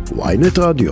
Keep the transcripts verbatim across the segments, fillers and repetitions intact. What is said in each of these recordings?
וויינט רדיו.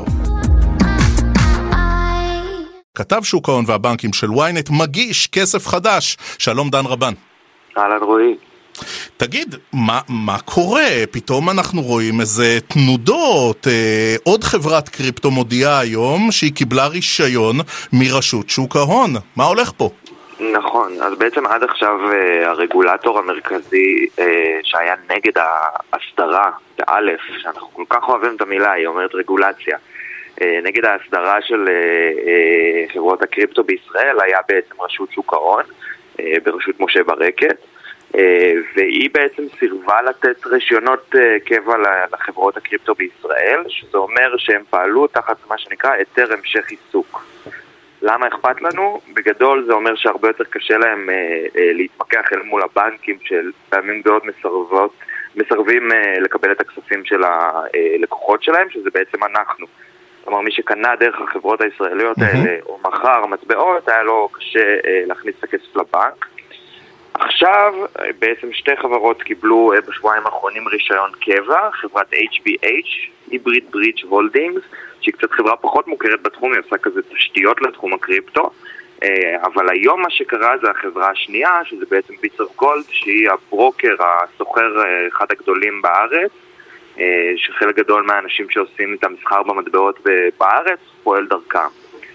כתב שוק ההון והבנקים של וויינט מגיש כסף חדש. שלום דן רבן. אהלן רועי. תגיד, מה, מה קורה? פתאום אנחנו רואים איזה תנודות. אה, עוד חברת קריפטו מודיעה היום שהיא קיבלה רישיון מרשות שוק ההון. מה הולך פה? נכון, אז בעצם עד עכשיו אה, הרגולטור המרכזי אה, שהיה נגד ההסדרה, באלף, שאנחנו כל כך אוהבים את המילה, היא אומרת רגולציה, אה, נגד ההסדרה של אה, אה, חברות הקריפטו בישראל, היה בעצם רשות שוק ההון, אה, בראשות משה ברקת, אה, והיא בעצם סירבה לתת רישיונות אה, קבע לחברות הקריפטו בישראל, שזה אומר שהם פעלו תחת מה שנקרא היתר המשך עיסוק. למה אכפת לנו? בגדול זה אומר שהרבה יותר קשה להם אה, אה, להתמקח אל מול הבנקים של פעמים גדולות מסרבות, מסרבים אה, לקבל את הכספים של הלקוחות שלהם, שזה בעצם אנחנו. כלומר, מי שקנה דרך החברות הישראליות האלה, mm-hmm. או מחר מטבעות, היה לו קשה אה, להכניס את הכסף לבנק. עכשיו, בעצם שתי חברות קיבלו אה, בשבועיים האחרונים רישיון קבע, חברת אייץ' בי אייץ', Hybrid Bridge Holdings, שהיא קצת חברה פחות מוכרת בתחום, היא עושה כזה תשתיות לתחום הקריפטו, אבל היום מה שקרה זה החברה השנייה, שזה בעצם ביטס אוף גולד, שהיא הברוקר, הסוחר אחד הגדולים בארץ, שחלק גדול מהאנשים שעושים את המסחר במטבעות בארץ פועל דרכם.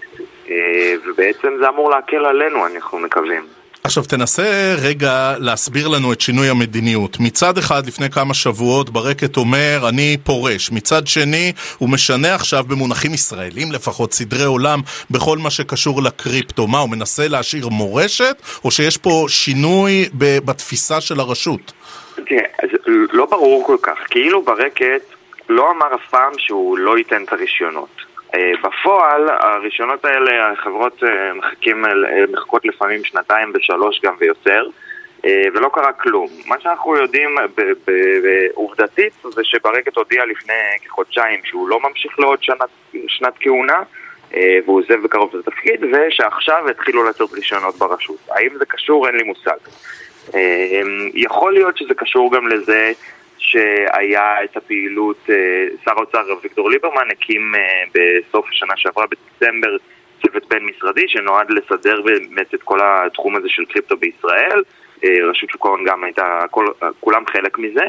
ובעצם זה אמור להקל עלינו, אנחנו מקווים. עכשיו תנסה רגע להסביר לנו את שינוי המדיניות. מצד אחד לפני כמה שבועות ברקת אומר אני פורש, מצד שני הוא משנה עכשיו במונחים ישראלים לפחות סדרי עולם בכל מה שקשור לקריפטו. מה, הוא מנסה להשאיר מורשת או שיש פה שינוי בתפיסה של הרשות? תראה, אז לא ברור כל כך, כאילו ברקת לא אמר אף פעם שהוא לא ייתן את הרישיונות. בפועל, הרישיונות האלה, החברות מחכים, מחכות לפעמים שנתיים ושלוש גם ויותר, ולא קרה כלום. מה שאנחנו יודעים בעובדתית זה שברקת הודיע לפני כחודשיים שהוא לא ממשיך לעוד שנת, שנת כהונה, והוא עוזב בקרוב את התפקיד, ושעכשיו התחילו לצאת רישיונות ברשות. האם זה קשור? אין לי מושג. יכול להיות שזה קשור גם לזה שהיה את הפעילות, שר האוצר אביגדור ליברמן הקים בסוף השנה שעברה בדצמבר צוות בין משרדי שנועד לסדר באמת את כל התחום הזה של קריפטו בישראל. רשות שוק ההון גם הייתה, כל, כולם חלק מזה,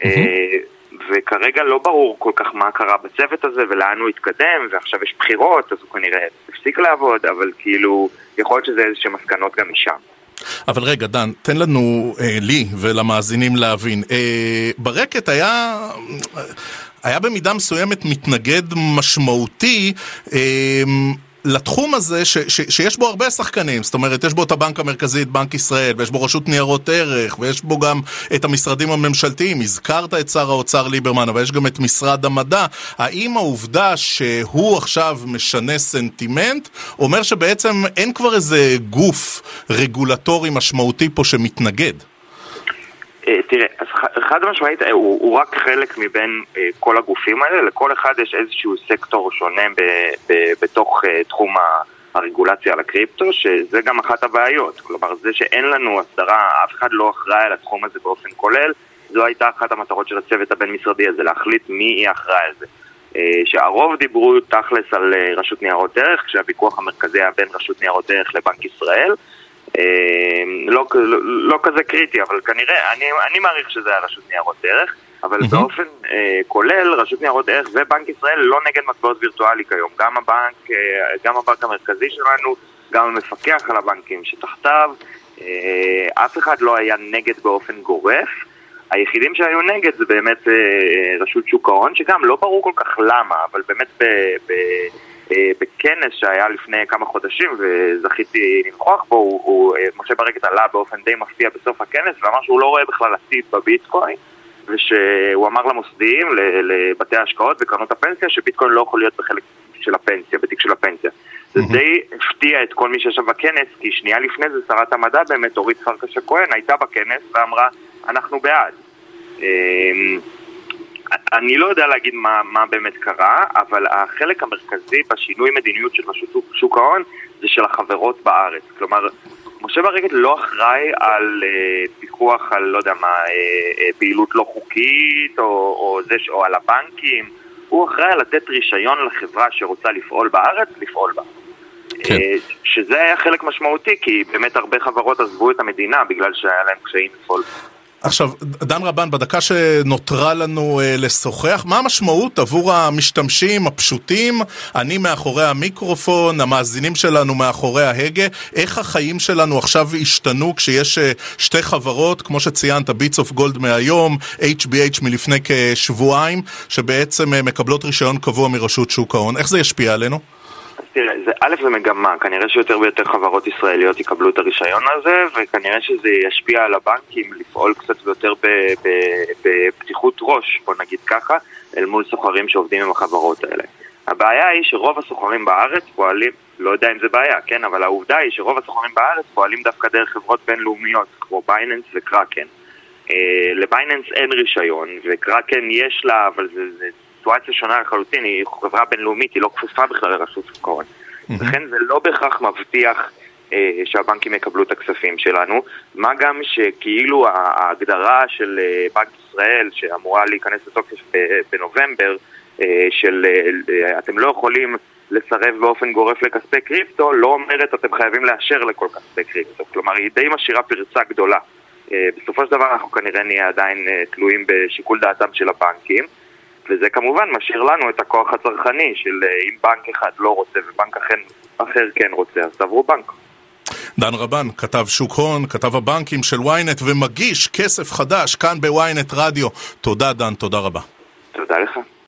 וכרגע לא ברור כל כך מה קרה בצוות הזה ולאן הוא התקדם, ועכשיו יש בחירות אז הוא כנראה הפסיק לעבוד, אבל כאילו יכול להיות שזה איזושהי מסקנות גם משם. אבל רגע דן, תן לנו, אה, לי ולמאזינים להבין, אה, ברקת היה, היה במידה מסוימת מתנגד משמעותי אה, לתחום הזה ש, ש, שיש בו הרבה שחקנים, זאת אומרת יש בו את הבנק המרכזי, את בנק ישראל, ויש בו רשות ניירות ערך, ויש בו גם את המשרדים הממשלתיים, הזכרת את שר האוצר ליברמן, אבל יש גם את משרד המדע. האם העובדה שהוא עכשיו משנה סנטימנט, אומר שבעצם אין כבר איזה גוף רגולטורי משמעותי פה שמתנגד? תראה, אז חד משמעית הוא, הוא רק חלק מבין uh, כל הגופים האלה, לכל אחד יש איזשהו סקטור שונה ב, ב, בתוך uh, תחום הרגולציה על הקריפטו, שזה גם אחת הבעיות, כלומר זה שאין לנו הסדרה, אף אחד לא אחראי על התחום הזה באופן כולל, זו הייתה אחת המטרות של הצוות הבין משרדי הזה, להחליט מי יהיה אחראי על זה. Uh, שהרוב דיברו תכלס על uh, רשות ניירות ערך, כשהוויכוח המרכזי היה בין רשות ניירות ערך לבנק ישראל, לא, לא, לא כזה קריטי, אבל כנראה, אני, אני מעריך שזה היה רשות ניירות ערך, אבל mm-hmm. באופן אה, כולל, רשות ניירות ערך ובנק ישראל לא נגד מטבעות וירטואלי כיום. גם הבנק, אה, גם הבנק המרכזי שלנו, גם המפקח על הבנקים שתחתיו, אה, אף אחד לא היה נגד באופן גורף. היחידים שהיו נגד זה באמת אה, רשות שוק ההון, שגם לא ברור כל כך למה, אבל באמת ב... ב בכנס שהיה לפני כמה חודשים וזכיתי לנכוח בו, הוא, הוא, משה ברקת עלה באופן די מפתיע בסוף הכנס ואמר שהוא לא רואה בכלל עתיד בביטקוין, ושהוא אמר למוסדיים, לבתי ההשקעות וקרנות הפנסיה, שביטקוין לא יכול להיות בחלק של הפנסיה, בתיק של הפנסיה. זה די הפתיע את כל מי שישב בכנס, כי שנייה לפני זה שרת המדע באמת אורית פרקש הכהן הייתה בכנס ואמרה אנחנו בעד. אני לא יודע להגיד מה, מה באמת קרה, אבל החלק המרכזי בשינוי מדיניות של רשות שוק ההון זה של החברות בארץ. כלומר, משה ברקת לא אחראי על uh, פיקוח על, לא יודע מה, uh, uh, פעילות לא חוקית, או, או, זה, או על הבנקים, הוא אחראי לתת רישיון לחברה שרוצה לפעול בארץ, לפעול בה. כן. שזה היה חלק משמעותי, כי באמת הרבה חברות עזבו את המדינה בגלל שהיה להם קשיים לפעול. עכשיו, דן רבן, בדקה שנותרה לנו אה, לשוחח, מה המשמעות עבור המשתמשים הפשוטים, אני מאחורי המיקרופון, המאזינים שלנו מאחורי ההגה, איך החיים שלנו עכשיו השתנו כשיש אה, שתי חברות, כמו שציינת, ביטס אוף גולד מהיום, אייץ' בי אייץ' מלפני כשבועיים, שבעצם אה, מקבלות רישיון קבוע מרשות שוק ההון, איך זה ישפיע עלינו? תראה, זה, א' זה מגמה, כנראה שיותר ויותר חברות ישראליות יקבלו את הרישיון הזה, וכנראה שזה ישפיע על הבנקים לפעול קצת ויותר בפתיחות ראש, בוא נגיד ככה, אל מול סוחרים שעובדים עם החברות האלה. הבעיה היא שרוב הסוחרים בארץ פועלים, לא יודע אם זה בעיה, כן, אבל העובדה היא שרוב הסוחרים בארץ פועלים דווקא דרך חברות בינלאומיות, כמו בייננס וקראקן. לבייננס אין רישיון, וקראקן יש לה, אבל זה... זה סיטואציה שונה לחלוטין, היא חברה בינלאומית, היא לא כפופה בכלל לרשות שוק ההון. לכן זה לא בהכרח מבטיח אה, שהבנקים יקבלו את הכספים שלנו, מה גם שכאילו ההגדרה של אה, בנק ישראל, שאמורה להיכנס לתוקף בנובמבר, אה, של אה, אתם לא יכולים לסרב באופן גורף לכספי קריפטו, לא אומרת אתם חייבים לאשר לכל כספי קריפטו. כלומר, היא די משאירה פרצה גדולה. אה, בסופו של דבר אנחנו כנראה נהיה עדיין אה, תלויים בשיקול דעתם של הבנקים, וזה כמובן משאיר לנו את הכוח הצרכני של אם בנק אחד לא רוצה ובנק אחר כן רוצה, אז תעברו בנק. דן רבן, כתב שוק הון, כתב הבנקים של וויינט ומגיש כסף חדש כאן בוויינט רדיו. תודה דן, תודה רבה. תודה לך.